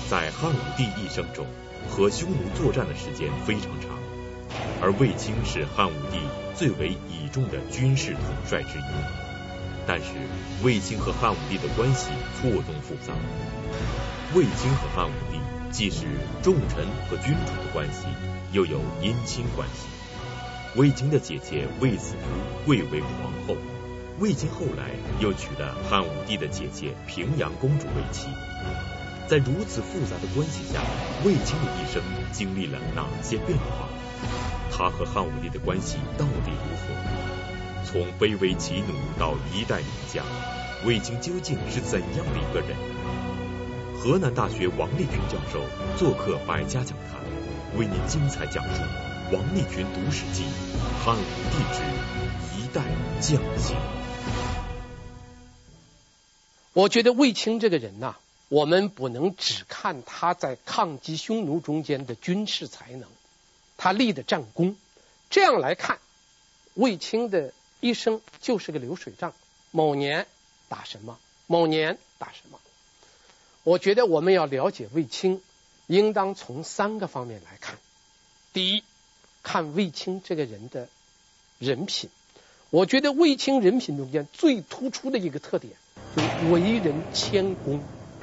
在汉武帝一生中和匈奴作战的时间非常长，而卫青是汉武帝最为倚重的军事统帅之一。但是卫青和汉武帝的关系错综复杂，卫青和汉武帝既是重臣和君主的关系，又有姻亲关系。卫青的姐姐卫子夫贵为皇后，卫青后来又娶了汉武帝的姐姐平阳公主为妻。在如此复杂的关系下，卫青的一生经历了哪些变化？他和汉武帝的关系到底如何？从卑微骑奴到一代名将，卫青究竟是怎样的一个人？河南大学王立群教授做客百家讲坛，为您精彩讲述王立群读史记·汉武帝之一代将星。 我觉得卫青这个人呐，我们不能只看他在抗击匈奴中间的军事才能，他立的战功，这样来看，卫青的一生就是个流水账，某年打什么，某年打什么。我觉得我们要了解卫青，应当从3个方面来看。第一，看卫青这个人的人品。我觉得卫青人品中间最突出的一个特点，就是为人谦恭。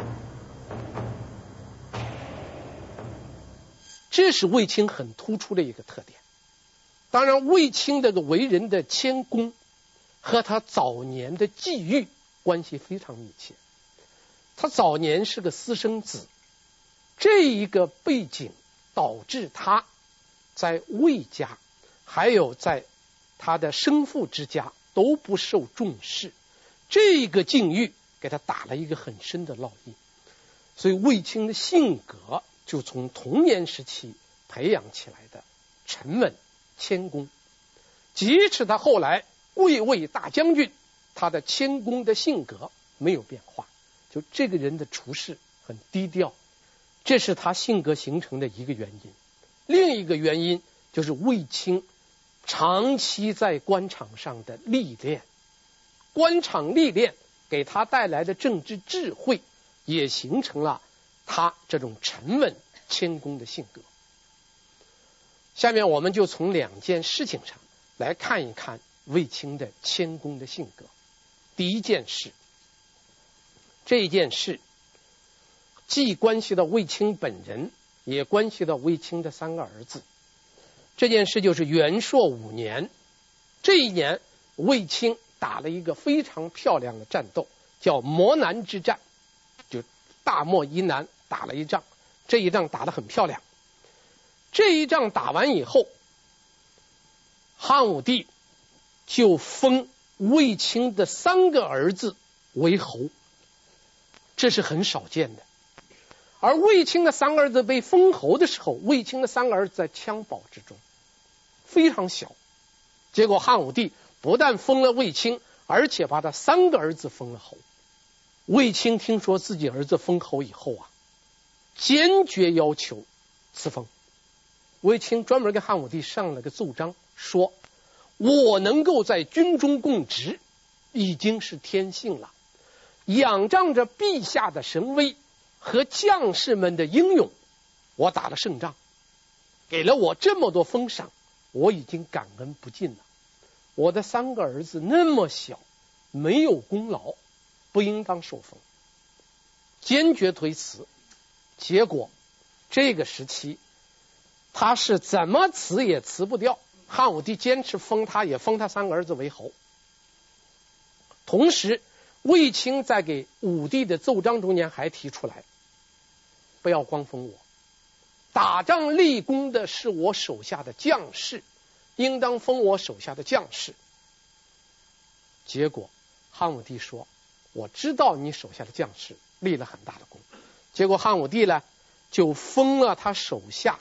这是卫青很突出的一个特点。当然，卫青这个为人的谦恭和他早年的际遇关系非常密切。他早年是个私生子，这一个背景导致他在卫家还有在他的生父之家都不受重视，这个境遇给他打了一个很深的烙印。所以卫青的性格就从童年时期培养起来的沉稳谦恭，即使他后来贵为大将军，他的谦恭的性格没有变化，就这个人的处事很低调，这是他性格形成的一个原因。另一个原因就是卫青长期在官场上的历练，官场历练给他带来的政治智慧，也形成了他这种沉稳谦恭的性格。下面我们就从2件事情上来看一看卫青的谦恭的性格。第一件事，这件事既关系到卫青本人，也关系到卫青的3个儿子。这件事就是元朔5年，这一年卫青打了一个非常漂亮的战斗，叫漠南之战，就大漠以南打了一仗，这一仗打得很漂亮。这一仗打完以后，汉武帝就封卫青的3个儿子为侯，这是很少见的。而卫青的3个儿子被封侯的时候，卫青的3个儿子在襁褓之中，非常小。结果汉武帝不但封了卫青，而且把他3个儿子封了侯。卫青听说自己儿子封侯以后啊，坚决要求赐封。卫青专门给汉武帝上了个奏章，说我能够在军中供职已经是天幸了，仰仗着陛下的神威和将士们的英勇，我打了胜仗，给了我这么多封赏，我已经感恩不尽了。我的3个儿子那么小，没有功劳，不应当受封，坚决推辞。结果这个时期他是怎么辞也辞不掉，汉武帝坚持封他，也封他3个儿子为侯。同时卫青在给武帝的奏章中间还提出来，不要光封我，打仗立功的是我手下的将士，应当封我手下的将士。结果汉武帝说，我知道你手下的将士立了很大的功。结果汉武帝呢，就封了他手下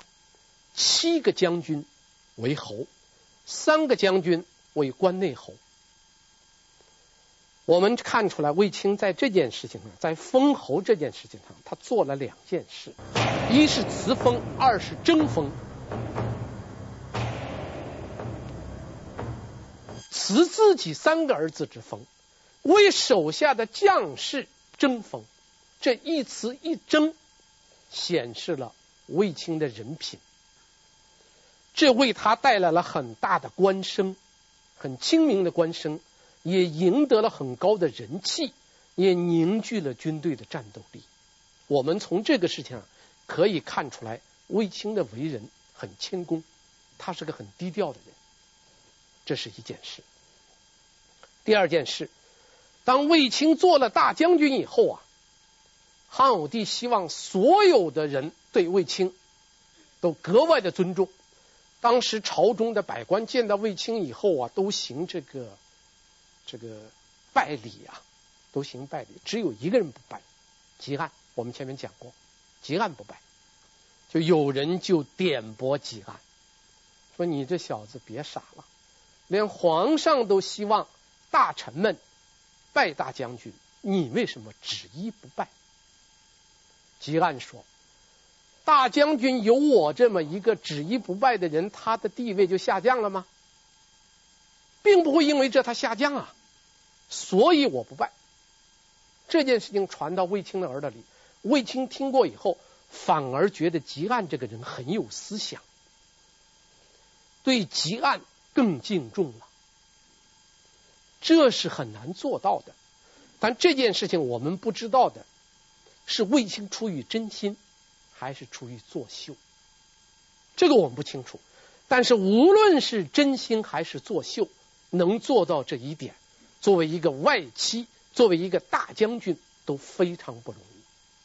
7个将军为侯，3个将军为关内侯。我们看出来卫青在这件事情上，在封侯这件事情上，他做了2件事，一是辞封，二是征封。辞自己3个儿子之封，为手下的将士征封，这一辞一征， 显示了卫青的人品，这为他带来了很大的官声，很亲民的官声，也赢得了很高的人气，也凝聚了军队的战斗力。我们从这个事情上可以看出来，卫青的为人很谦恭，他是个很低调的人，这是一件事。第二件事，当卫青做了大将军以后啊，汉武帝希望所有的人对卫青都格外的尊重。当时朝中的百官见到卫青以后啊，都行这个拜礼啊，都行拜礼，只有一个人不拜，汲黯。我们前面讲过，汲黯不拜，就有人就点拨汲黯，说你这小子别傻了，连皇上都希望大臣们拜大将军，你为什么只一不拜？汲黯说，大将军有我这么一个只一不拜的人，他的地位就下降了吗？并不会因为这他下降啊，所以我不拜。这件事情传到卫青的耳朵里，卫青听过以后，反而觉得汲黯这个人很有思想，对汲黯更敬重了。这是很难做到的，但这件事情我们不知道的是卫青出于真心还是出于作秀，这个我们不清楚。但是无论是真心还是作秀，能做到这一点，作为一个外戚，作为一个大将军，都非常不容易。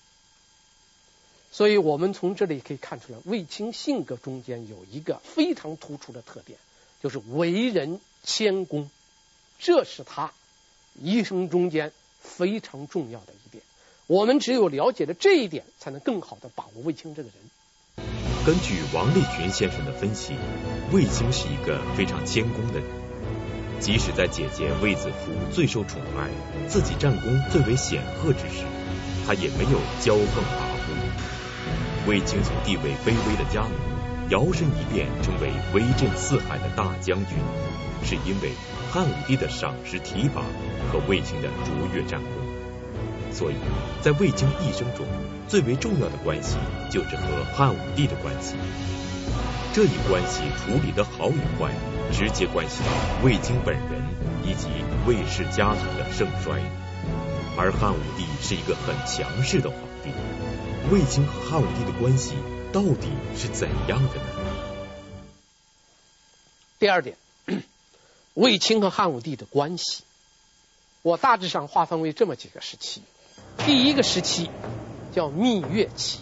所以我们从这里可以看出来，卫青性格中间有一个非常突出的特点，就是为人谦恭，这是他一生中间非常重要的一点。我们只有了解了这一点，才能更好的把握卫青这个人。 根据王立群先生的分析，卫青是一个非常谦恭的人，即使在姐姐卫子夫最受宠爱，自己战功最为显赫之时，他也没有骄横跋扈。卫青从地位卑微的家奴摇身一变成为威震四海的大将军，是因为汉武帝的赏识提拔和卫青的卓越战功。所以在卫青一生中最为重要的关系就是和汉武帝的关系，这一关系处理的好与坏，直接关系到卫青本人以及卫氏家族的盛衰。而汉武帝是一个很强势的皇帝，卫青和汉武帝的关系到底是怎样的呢？ 第二点，卫青和汉武帝的关系，我大致上划分为这么几个时期。第一个时期叫蜜月期，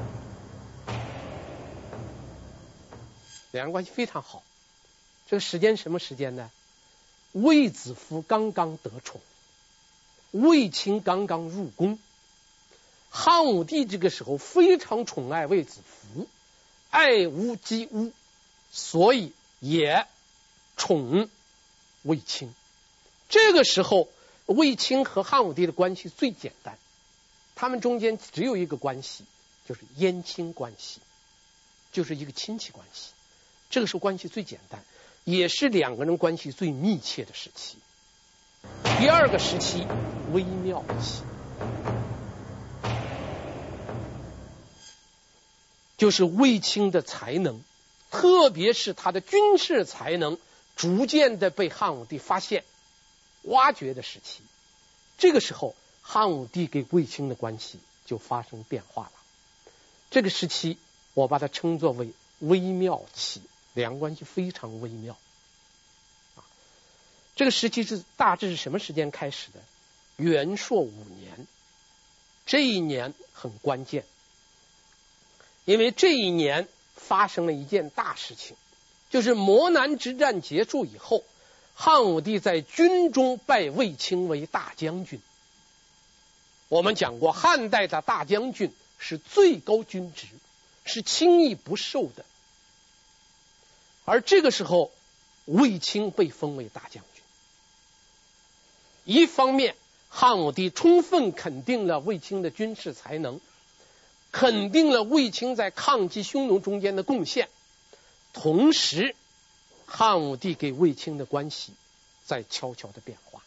两人关系非常好。这个时间什么时间呢？卫子夫刚刚得宠，卫青刚刚入宫，汉武帝这个时候非常宠爱卫子夫，爱屋及乌，所以也宠卫青。这个时候卫青和汉武帝的关系最简单，他们中间只有一个关系，就是姻亲关系，就是一个亲戚关系。这个时候关系最简单，也是两个人关系最密切的时期。第二个时期微妙期，就是卫青的才能，特别是他的军事才能逐渐的被汉武帝发现挖掘的时期。这个时候汉武帝跟卫青的关系就发生变化了。这个时期我把它称作为微妙期，两个关系非常微妙。这个时期是大致是什么时间开始的？元朔5年，这一年很关键，因为这一年发生了一件大事情，就是磨难之战结束以后，汉武帝在军中拜卫青为大将军。我们讲过，汉代的大将军是最高军职，是轻易不受的。而这个时候卫青被封为大将军，一方面汉武帝充分肯定了卫青的军事才能，肯定了卫青在抗击匈奴中间的贡献，同时汉武帝给卫青的关系在悄悄的变化。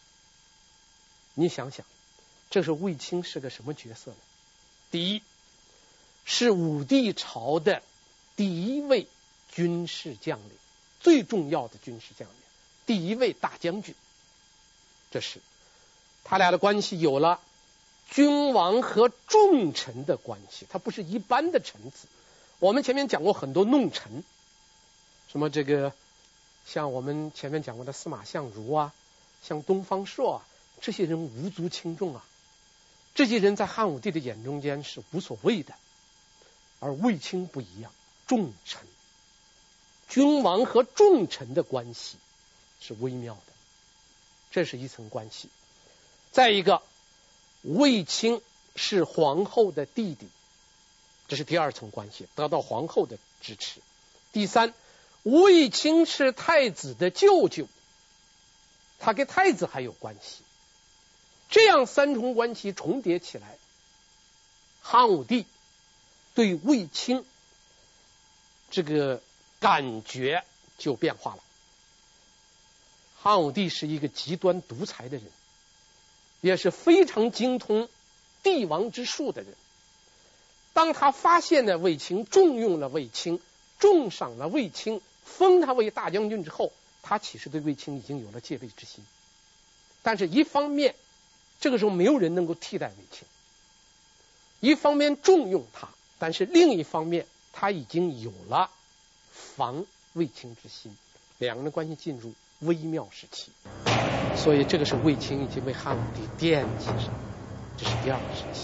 你想想，这时候卫青是个什么角色呢？第一， 是武帝朝的第一位军事将领，最重要的军事将领，第一位大将军。这是他俩的关系有了君王和重臣的关系，他不是一般的臣子。我们前面讲过很多弄臣，什么这个像我们前面讲过的司马相如啊，像东方朔啊，这些人无足轻重啊，这些人在汉武帝的眼中间是无所谓的。而卫青不一样，重臣，君王和重臣的关系是微妙的，这是一层关系。再一个，卫青是皇后的弟弟，这是第二层关系，得到皇后的支持。第三，卫青是太子的舅舅，他跟太子还有关系。这样三重关系重叠起来，汉武帝对卫青这个感觉就变化了。汉武帝是一个极端独裁的人，也是非常精通帝王之术的人。当他发现了卫青，重用了卫青，重赏了卫青，封他为大将军之后，他其实对卫青已经有了戒备之心。但是一方面，这个时候没有人能够替代卫青，一方面重用他，但是另一方面他已经有了防卫青之心，两个人的关系进入微妙时期。所以这个是卫青已经被汉武帝惦记上，这是第二个时期。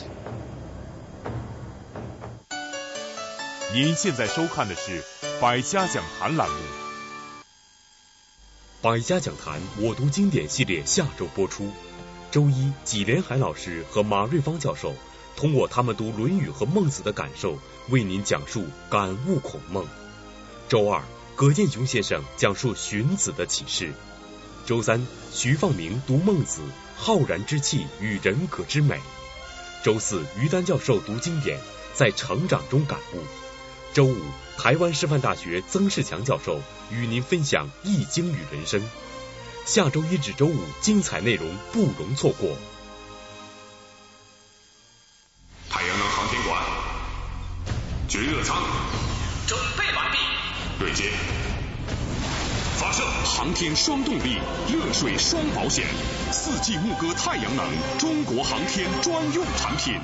您现在收看的是百家讲坛栏目。百家讲坛我读经典系列下周播出。周一，纪连海老师和马瑞芳教授通过他们读《论语》和《孟子》的感受，为您讲述感悟孔孟。周二，葛剑雄先生讲述荀子的启示。周三，徐放明读《孟子》，浩然之气与人格之美。周四，于丹教授读经典，在成长中感悟。周五，台湾师范大学曾仕强教授与您分享《易经与人生》。下周一至周五精彩内容不容错过。 太阳能航天馆，绝热舱准备完毕， 对接，发射。航天双动力，热水双保险，4季牧歌太阳能，中国航天专用产品。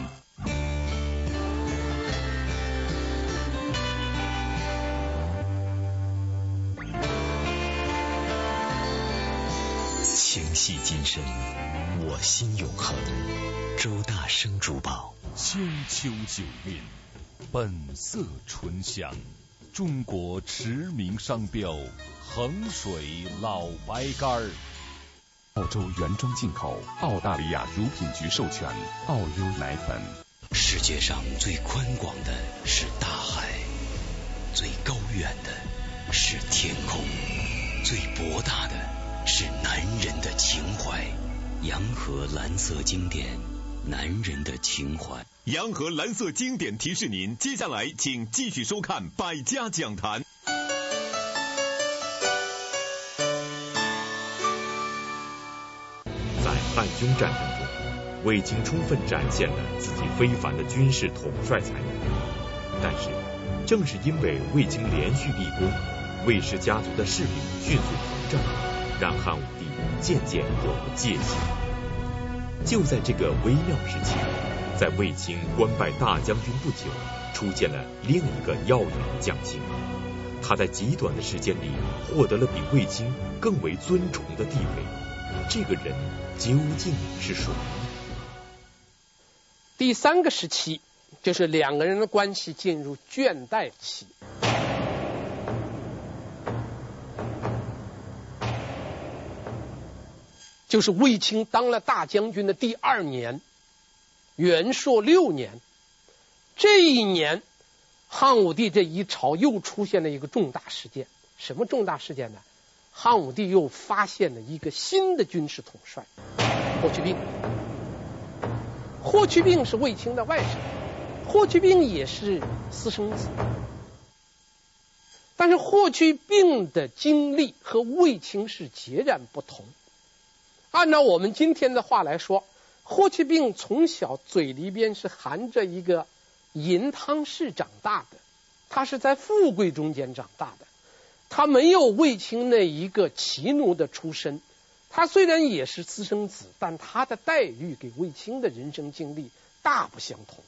情系今生，我心永恒。周大生珠宝， 千秋九韵，本色醇香，中国驰名商标，衡水老白干。 澳洲原装进口，澳大利亚乳品局授权，澳优奶粉。 世界上最宽广的是大海，最高远的是天空，最博大的是男人的情怀。洋河蓝色经典，男人的情怀。 洋河蓝色经典提示您，接下来请继续收看百家讲坛。 在汉匈战争中，卫青充分展现了自己非凡的军事统帅才能。但是，正是因为卫青连续立功，卫氏家族的势力迅速膨胀，让汉武帝渐渐有了戒心。就在这个微妙时期，在卫青官拜大将军不久，出现了另一个耀眼的将星。他在极短的时间里获得了比卫青更为尊崇的地位。这个人究竟是谁？ 第三个时期就是两个人的关系进入倦怠期。就是卫青当了大将军的第2年，元朔6年，这一年汉武帝这一朝又出现了一个重大事件。什么重大事件呢？汉武帝又发现了一个新的军事统帅，霍去病。霍去病是卫青的外甥，霍去病也是私生子，但是霍去病的经历和卫青是截然不同。按照我们今天的话来说，霍去病从小嘴里边是含着一个银汤氏长大的，他是在富贵中间长大的，他没有卫青那一个骑奴的出身。他虽然也是私生子，但他的待遇给卫青的人生经历大不相同。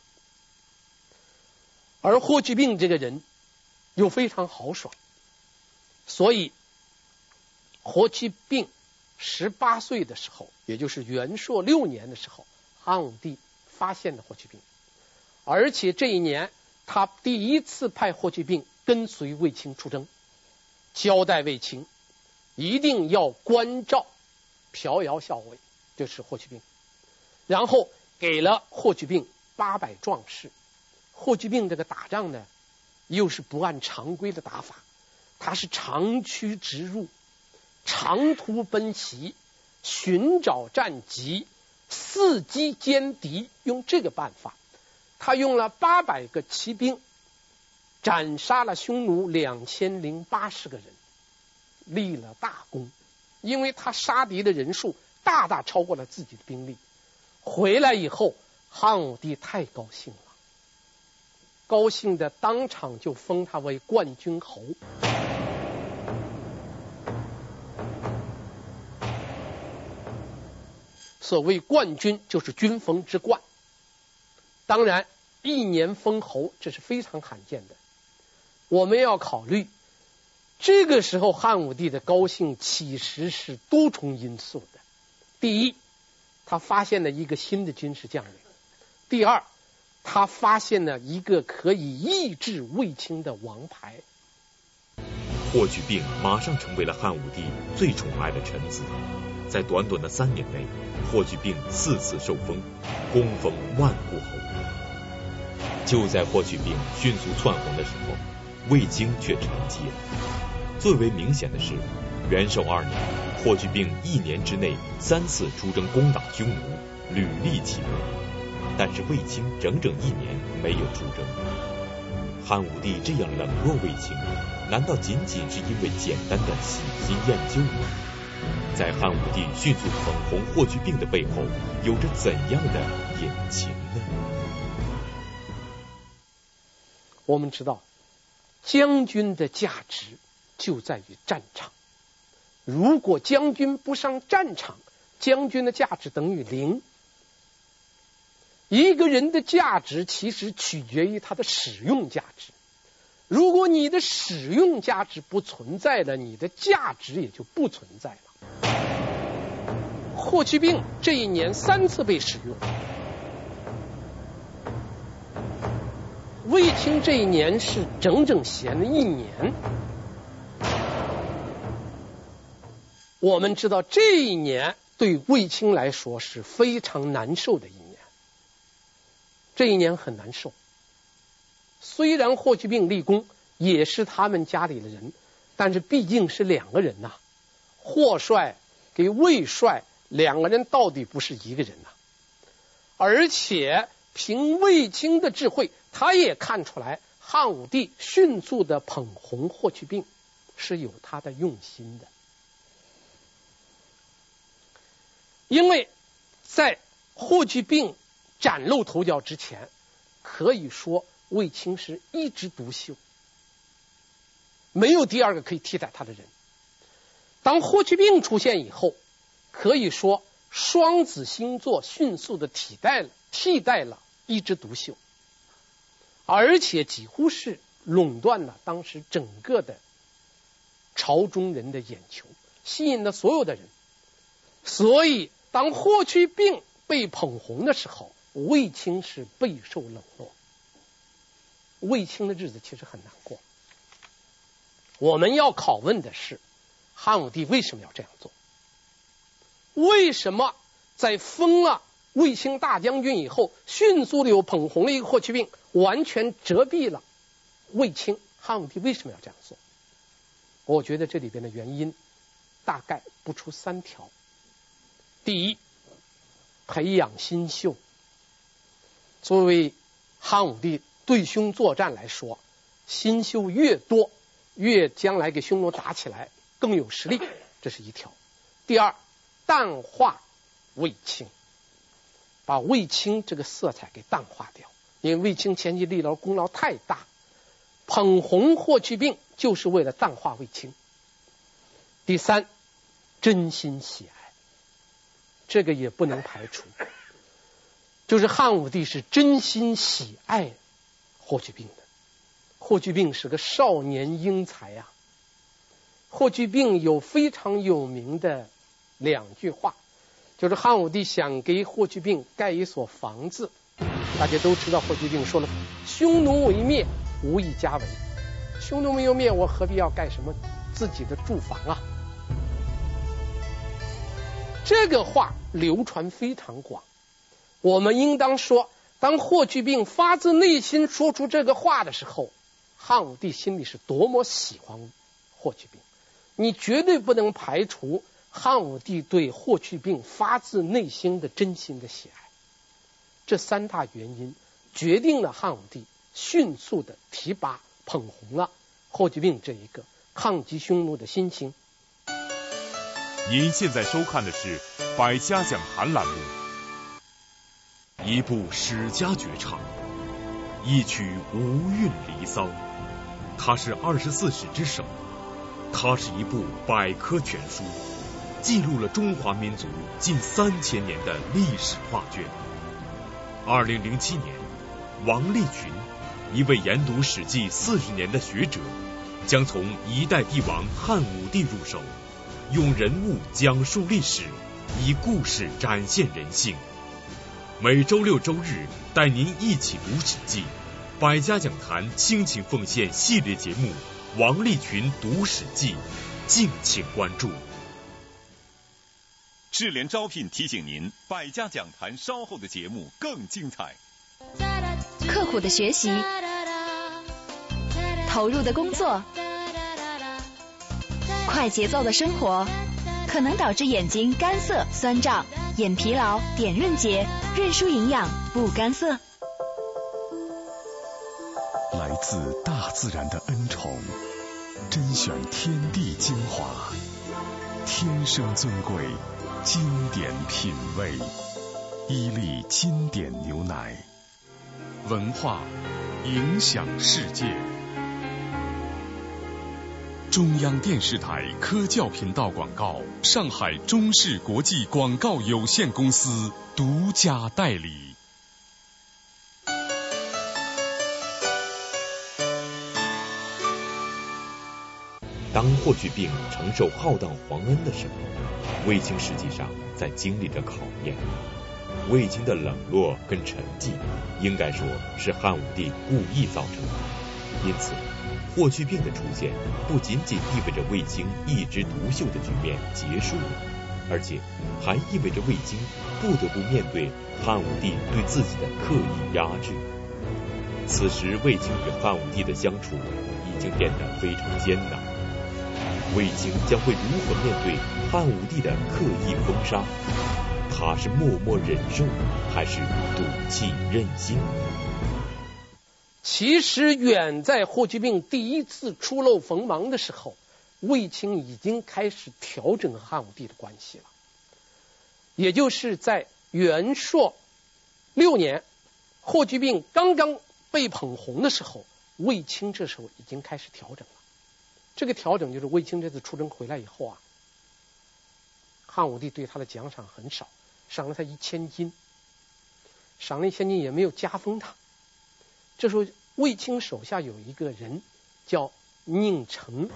而霍去病这个人又非常豪爽，所以霍去病18岁的时候，也就是元朔6年的时候，汉武帝发现了霍去病，而且这一年他第一次派霍去病跟随卫青出征，交代卫青一定要关照朴瑶校尉，就是霍去病，然后给了霍去病800壮士。霍去病这个打仗呢，又是不按常规的打法，他是长驱直入，长途奔袭，寻找战机，伺机歼敌，用这个办法，他用了800个骑兵，斩杀了匈奴2080个人，立了大功。因为他杀敌的人数大大超过了自己的兵力。回来以后，汉武帝太高兴了，高兴的当场就封他为冠军侯。所谓冠军就是军封之冠，当然1年封侯这是非常罕见的。我们要考虑这个时候汉武帝的高兴其实是多重因素的。第一，他发现了一个新的军事将领；第二，他发现了一个可以抑制卫青的王牌。 霍去病马上成为了汉武帝最宠爱的臣子。在短短的3年内，霍去病4次受封，功封万户侯。就在霍去病迅速窜红的时候，卫青却沉寂了。最为明显的是，元狩2年，霍去病1年之内3次出征攻打匈奴，屡立奇功，但是卫青整整1年没有出征。汉武帝这样冷落卫青，难道仅仅是因为简单的喜新厌旧吗？在汉武帝迅速捧红霍去病的背后，有着怎样的隐情呢？ 我们知道，将军的价值就在于战场。如果将军不上战场，将军的价值等于0。一个人的价值其实取决于他的使用价值。如果你的使用价值不存在了，你的价值也就不存在了。霍去病这1年3次被使用，卫青这1年是整整闲了1年。我们知道这1年对卫青来说是非常难受的1年，这1年很难受。虽然霍去病立功，也是他们家里的人，但是毕竟是2个人呐，霍帅跟卫帅2个人到底不是一个人呐。而且凭卫青的智慧，他也看出来汉武帝迅速的捧红霍去病是有他的用心的。因为在霍去病崭露头角之前，可以说卫青是一枝独秀，没有第2个可以替代他的人。当霍去病出现以后，可以说双子星座迅速的替代了一枝独秀，而且几乎是垄断了当时整个的朝中人的眼球，吸引了所有的人。所以当霍去病被捧红的时候，卫青是备受冷落，卫青的日子其实很难过。我们要拷问的是，汉武帝为什么要这样做？为什么在封了卫青大将军以后，迅速的又捧红了一个霍去病，完全遮蔽了卫青？汉武帝为什么要这样做？我觉得这里边的原因大概不出3条。第一，培养新秀。作为汉武帝对匈作战来说，新秀越多，越将来给匈奴打起来更有实力，这是1条。第二，淡化卫青，把卫青这个色彩给淡化掉， 因为卫青前期立劳功劳太大，捧红霍去病就是为了淡化卫青。第三，真心喜爱，这个也不能排除，就是汉武帝是真心喜爱霍去病的。霍去病是个少年英才呀。霍去病有非常有名的2句话，就是汉武帝想给霍去病盖一所房子，大家都知道霍去病说了匈奴未灭，无以家为。匈奴没有灭，我何必要盖什么自己的住房啊？这个话流传非常广。我们应当说，当霍去病发自内心说出这个话的时候，汉武帝心里是多么喜欢霍去病。你绝对不能排除汉武帝对霍去病发自内心的真心的喜爱。这3大原因决定了汉武帝迅速的提拔捧红了霍去病这一个抗击匈奴的心情。 您现在收看的是《百家讲坛》栏目，一部史家绝唱，一曲无韵离骚，它是24史之首，它是一部百科全书，记录了中华民族近3000年的历史画卷。2007年，王立群，一位研读《史记》40年的学者，将从一代帝王汉武帝入手，用人物讲述历史，以故事展现人性。每周6周日带您一起读《史记》，百家讲坛倾情奉献系列节目《王立群读史记》，敬请关注。 智联招聘提醒您，百家讲坛稍后的节目更精彩。 刻苦的学习，投入的工作，快节奏的生活，可能导致眼睛干涩、酸胀、眼疲劳、点润结、认输营养不干涩。 来自大自然的恩宠，甄选天地精华，天生尊贵，经典品味，伊利经典牛奶，文化影响世界。中央电视台科教频道广告，上海中视国际广告有限公司独家代理。 当霍去病承受浩荡皇恩的时候，卫青实际上在经历着考验。卫青的冷落跟沉寂，应该说是汉武帝故意造成的。因此，霍去病的出现不仅仅意味着卫青一枝独秀的局面结束了，而且还意味着卫青不得不面对汉武帝对自己的刻意压制。此时，卫青与汉武帝的相处已经变得非常艰难。卫青将会如何面对汉武帝的刻意封杀？他是默默忍受，还是赌气任性？ 其实远在霍去病第一次出漏锋芒的时候，卫青已经开始调整和汉武帝的关系了。也就是在元朔6年，霍去病刚刚被捧红的时候，卫青这时候已经开始调整了。这个调整就是卫青这次出征回来以后啊，汉武帝对他的奖赏很少，赏了他1000金，赏了1000金也没有加封他。这时候卫青手下有一个人叫宁城，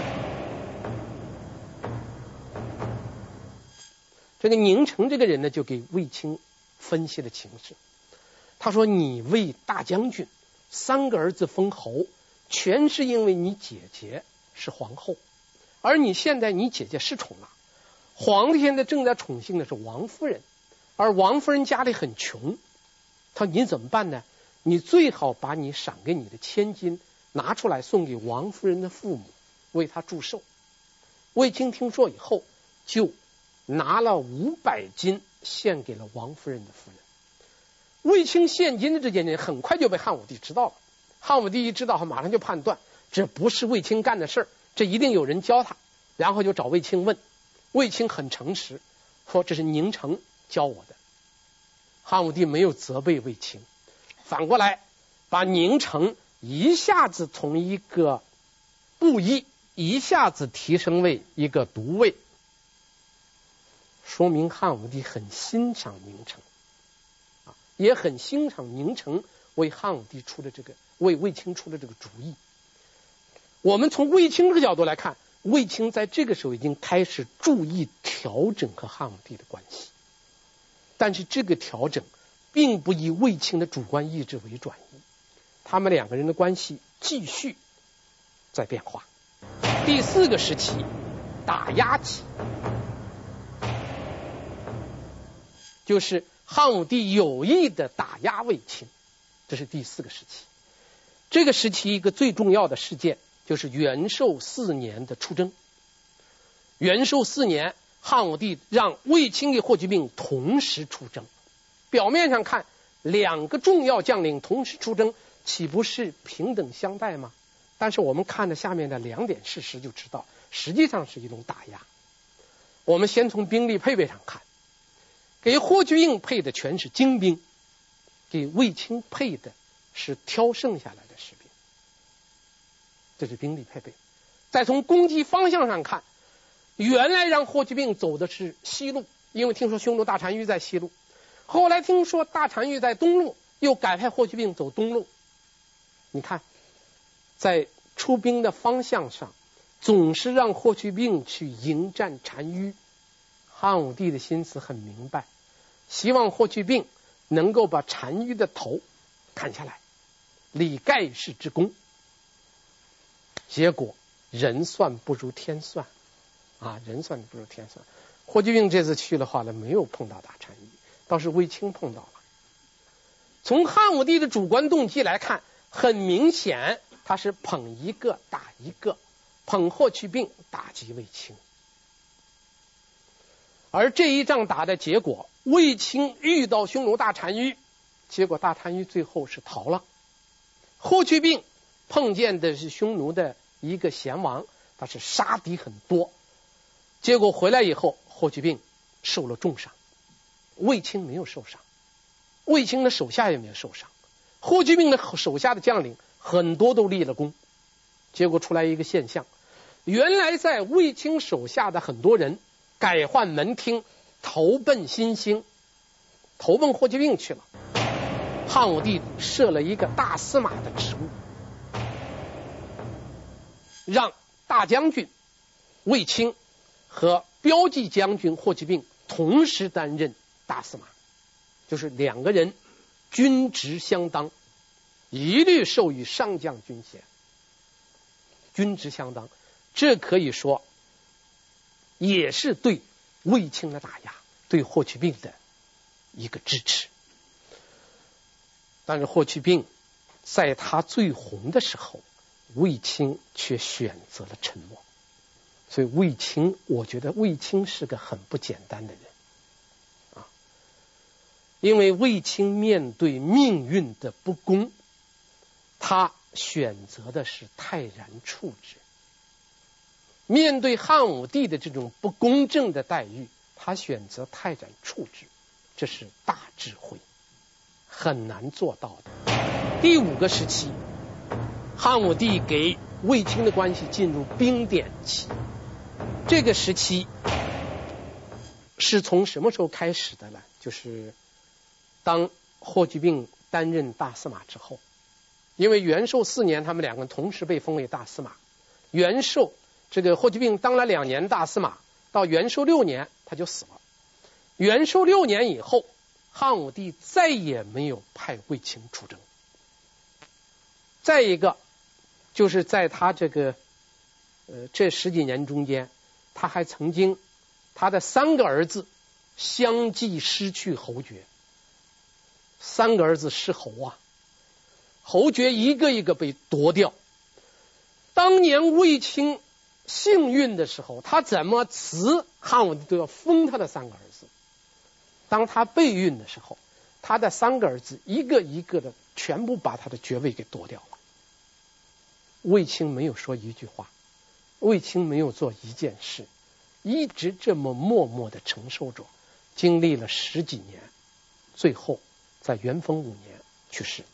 这个宁城这个人呢，就给卫青分析了情势。他说：“你为大将军，3个儿子封侯，全是因为你姐姐是皇后，而你现在你姐姐失宠了，皇帝现在正在宠幸的是王夫人，而王夫人家里很穷。他说你怎么办呢？你最好把你赏给你的1000金拿出来送给王夫人的父母，为他祝寿。”卫青听说以后，就拿了500金献给了王夫人的夫人。卫青献金的这件事很快就被汉武帝知道了。汉武帝一知道，他马上就判断这不是卫青干的事儿，这一定有人教他，然后就找卫青问。卫青很诚实，说这是宁城教我的。汉武帝没有责备卫青， 反过来把宁城一下子从一个布邑一下子提升为一个都尉，说明汉武帝很欣赏宁城，也很欣赏宁城为汉武帝出的这个为卫青出的这个主意。我们从卫青这个角度来看，卫青在这个时候已经开始注意调整和汉武帝的关系，但是这个调整并不以卫青的主观意志为转移，他们两个人的关系继续在变化。第4个时期，打压期，就是汉武帝有意的打压卫青，这是第4个时期。这个时期一个最重要的事件就是元寿4年的出征。元寿4年，汉武帝让卫青与霍去病同时出征。表面上看，两个重要将领同时出征，岂不是平等相待吗？但是我们看了下面的2点事实就知道，实际上是一种打压。我们先从兵力配备上看，给霍去病配的全是精兵，给卫青配的是挑剩下来的士兵，这是兵力配备。再从攻击方向上看，原来让霍去病走的是西路，因为听说匈奴大单于在西路，后来听说大单于在东路，又改派霍去病走东路。你看，在出兵的方向上总是让霍去病去迎战单于。汉武帝的心思很明白，希望霍去病能够把单于的头砍下来，立盖世之功。结果人算不如天算人算不如天算。霍去病这次去的话呢，没有碰到大单于，倒是卫青碰到了。从汉武帝的主观动机来看，很明显他是捧一个打一个，捧霍去病打击卫青。而这一仗打的结果，卫青遇到匈奴大单于，结果大单于最后是逃了。霍去病碰见的是匈奴的一个贤王，他是杀敌很多，结果回来以后，霍去病受了重伤，卫青没有受伤，卫青的手下也没有受伤，霍去病的手下的将领很多都立了功。结果出来一个现象，原来在卫青手下的很多人改换门厅，投奔新兴，投奔霍去病去了。汉武帝设了一个大司马的职务，让大将军卫青和骠骑将军霍去病同时担任大司马，就是两个人军职相当，一律授予上将军衔，军职相当。这可以说也是对卫青的打压，对霍去病的一个支持。但是霍去病在他最红的时候，卫青却选择了沉默。所以卫青，我觉得卫青是个很不简单的人因为卫青面对命运的不公，他选择的是泰然处之。面对汉武帝的这种不公正的待遇，他选择泰然处之，这是大智慧，很难做到的。第5个时期，汉武帝给卫青的关系进入冰点期。这个时期是从什么时候开始的呢？就是当霍去病担任大司马之后，因为元寿4年他们两个人同时被封为大司马，元寿这个霍去病当了2年大司马，到元寿6年他就死了。元寿6年以后，汉武帝再也没有派卫青出征。再一个就是在他这个这10几年中间，他还曾经他的3个儿子相继失去侯爵，3个儿子失侯侯爵一个一个被夺掉。当年卫青幸运的时候，他怎么辞汉武帝都要封他的3个儿子。当他备孕的时候，他的3个儿子一个一个的全部把他的爵位给夺掉了。卫青没有说一句话，卫青没有做一件事，一直这么默默的承受着，经历了10几年，最后在元丰5年去世。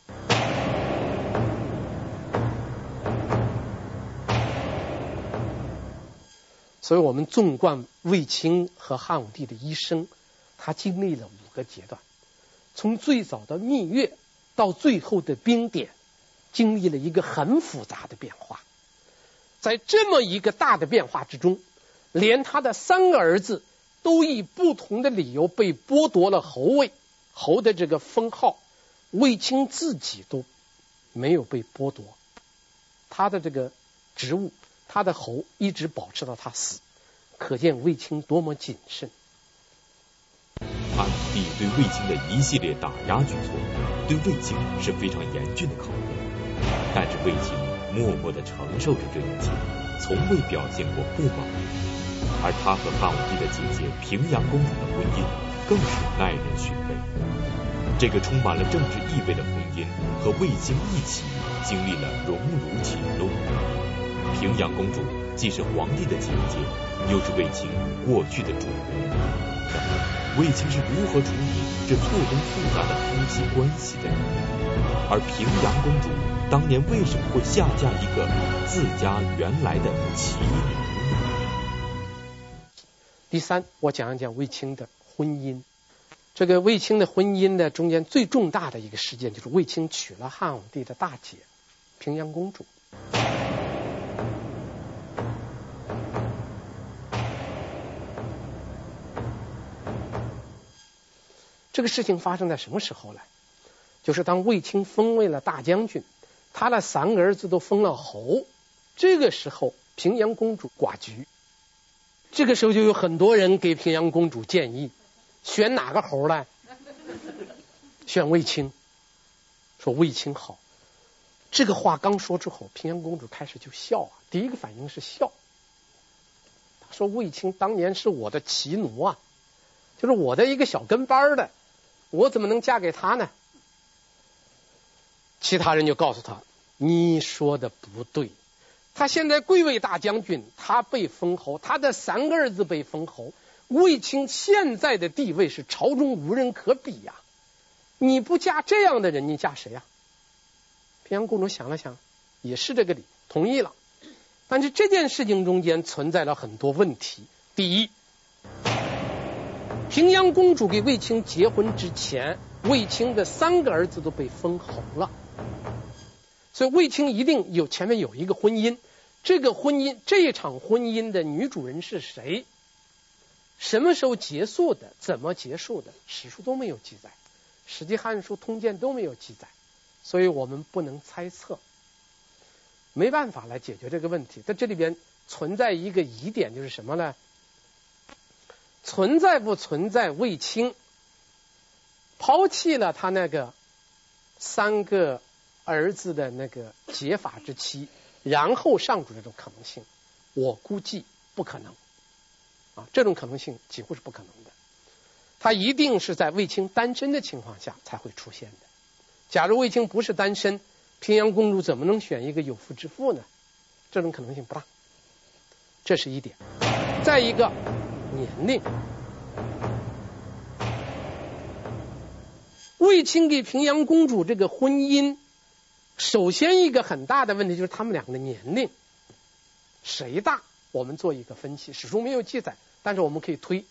所以我们纵观卫青和汉武帝的一生，他经历了5个阶段，从最早的蜜月到最后的兵典，经历了一个很复杂的变化。在这么一个大的变化之中，连他的3个儿子都以不同的理由被剥夺了侯位，侯的这个封号，卫青自己都没有被剥夺，他的这个职务，他的侯一直保持到他死，可见卫青多么谨慎。 汉武帝对卫青的一系列打压举措，对卫青是非常严峻的考验，但是卫青默默地承受着这一切，从未表现过不满。而他和汉武帝的姐姐平阳公主的婚姻更是耐人寻味。这个充满了政治意味的婚姻和卫青一起经历了荣辱起落。平阳公主既是皇帝的姐姐，又是卫青过去的主人。卫青是如何处理这错综复杂的夫妻关系的？而平阳公主当年为什么会下嫁一个自家原来的妻女？ 第3，我讲一讲卫青的婚姻。这个卫青的婚姻呢，中间最重大的一个事件就是卫青娶了汉武帝的大姐平阳公主。这个事情发生在什么时候呢？就是当卫青封为了大将军，他的3个儿子都封了侯，这个时候平阳公主寡居。这个时候就有很多人给平阳公主建议，选哪个侯呢？选卫青，说卫青好。这个话刚说之后，平阳公主开始就笑啊，第一个反应是笑。她说卫青当年是我的骑奴啊，就是我的一个小跟班的，我怎么能嫁给他呢？其他人就告诉他，你说的不对，他现在贵为大将军，他被封侯，他的3个儿子被封侯，卫青现在的地位是朝中无人可比呀，你不嫁这样的人，你嫁谁呀？平阳公主想了想，也是这个理，同意了。但是这件事情中间存在了很多问题。第一，平阳公主给卫青结婚之前，卫青的3个儿子都被封侯了，所以卫青一定前面有一个婚姻。这一场婚姻的女主人是谁？什么时候结束的？怎么结束的？史书都没有记载，《史记》《汉书》《通鉴》都没有记载，所以我们不能猜测，没办法来解决这个问题。在这里边存在一个疑点，就是什么呢？存在不存在卫青抛弃了他那个3个儿子的那个结发之妻，然后上主这种可能性？我估计不可能啊，这种可能性几乎是不可能的。他一定是在卫青单身的情况下才会出现的。假如卫青不是单身，平阳公主怎么能选一个有妇之夫呢？这种可能性不大，这是一点。再一个，年龄。卫青给平阳公主这个婚姻，首先一个很大的问题就是他们2个的年龄，谁大？我们做一个分析，史书没有记载，但是我们可以推。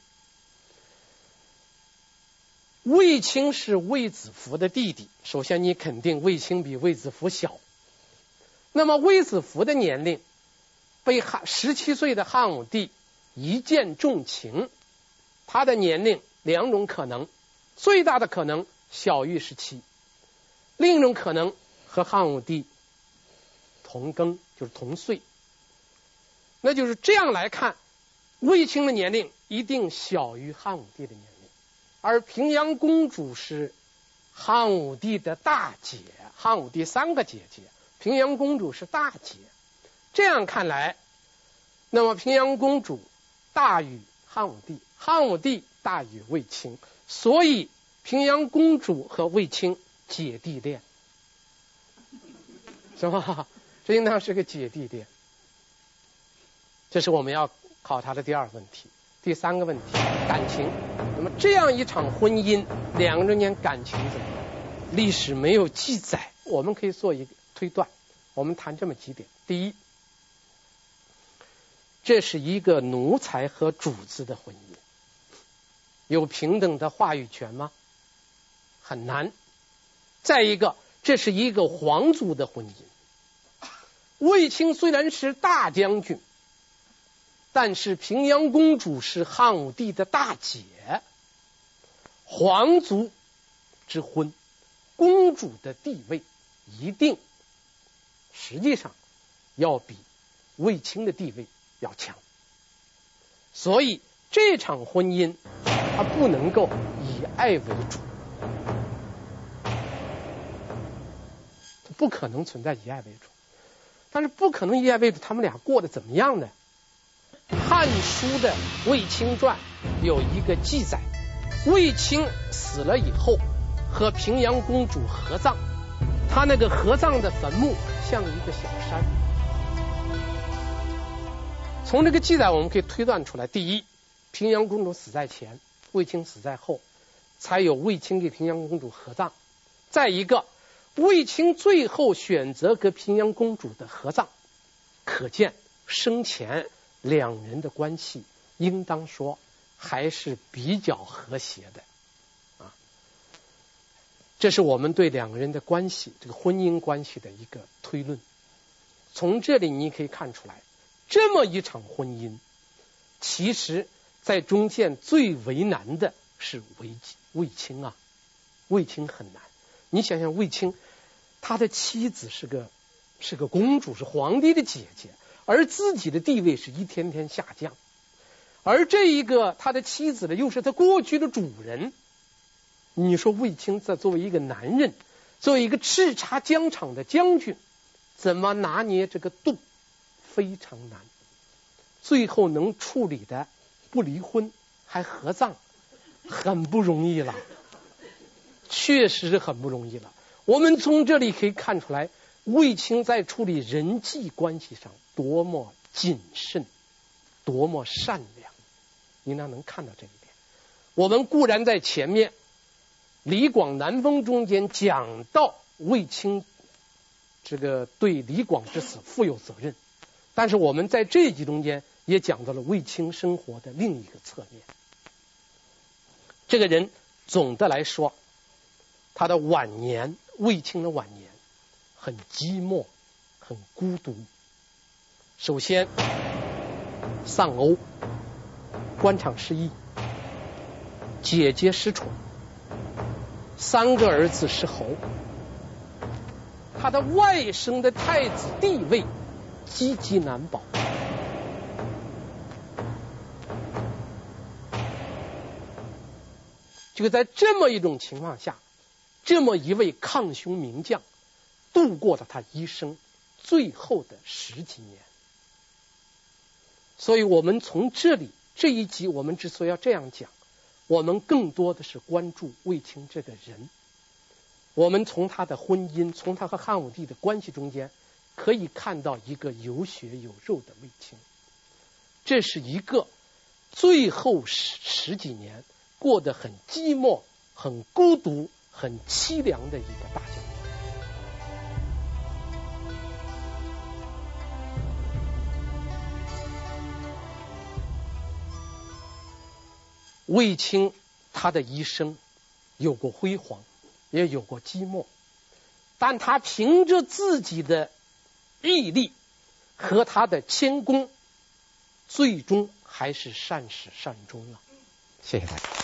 卫青是卫子夫的弟弟，首先你肯定卫青比卫子夫小。那么卫子夫的年龄，被17岁的汉武帝一见钟情，他的年龄2种可能，最大的可能小于17，另一种可能和汉武帝同庚，就是同岁。那就是这样来看，卫青的年龄一定小于汉武帝的年龄，而平阳公主是汉武帝的大姐，汉武帝3个姐姐，平阳公主是大姐。这样看来，那么平阳公主大于汉武帝，汉武帝大于卫青，所以平阳公主和卫青姐弟恋，是吧？这应当是个姐弟恋。这是我们要考察的第2个问题。第3个问题，感情。那么这样一场婚姻，2个人中间感情怎么样？ 历史没有记载，我们可以做一个推断。我们谈这么几点：第一，这是一个奴才和主子的婚姻，有平等的话语权吗？很难。再一个，这是一个皇族的婚姻。卫青虽然是大将军，但是平阳公主是汉武帝的大姐，皇族之婚，公主的地位一定实际上要比卫青的地位要强，所以这场婚姻它不能够以爱为主，不可能存在以爱为主。但是不可能以爱为主，他们俩过得怎么样呢？汉书的《卫青传》有一个记载，卫青死了以后和平阳公主合葬，他那个合葬的坟墓像一个小山。从这个记载我们可以推断出来，第一，平阳公主死在前，卫青死在后，才有卫青给平阳公主合葬。再一个，卫青最后选择跟平阳公主的合葬，可见生前两人的关系应当说还是比较和谐的啊。这是我们对两个人的关系，这个婚姻关系的一个推论。从这里你可以看出来，这么一场婚姻，其实在中间最为难的是卫青啊，卫青很难。你想想，卫青他的妻子是个公主，是皇帝的姐姐，而自己的地位是一天天下降，而这一个他的妻子呢，又是他过去的主人。你说卫青在作为一个男人，作为一个叱咤疆场的将军，怎么拿捏这个度，非常难。最后能处理的不离婚还合葬，很不容易了，确实很不容易了。我们从这里可以看出来，卫青在处理人际关系上多么谨慎，多么善良，应当能看到这一点。我们固然在前面李广南风中间讲到卫青这个对李广之死负有责任，但是我们在这一集中间也讲到了卫青生活的另一个侧面。这个人总的来说，他的晚年，卫青的晚年很寂寞，很孤独。首先丧欧，官场失意，姐姐失宠，3个儿子失侯，他的外甥的太子地位岌岌难保。就在这么一种情况下，这么一位抗匈名将度过了他一生最后的10几年。所以我们从这一集我们之所以要这样讲，我们更多的是关注卫青这个人。我们从他的婚姻，从他和汉武帝的关系中间，可以看到一个有血有肉的卫青。这是一个最后十几年过得很寂寞、很孤独、很凄凉的一个大将军。卫青他的一生有过辉煌，也有过寂寞，但他凭着自己的毅力和他的谦恭，最终还是善始善终了。谢谢大家。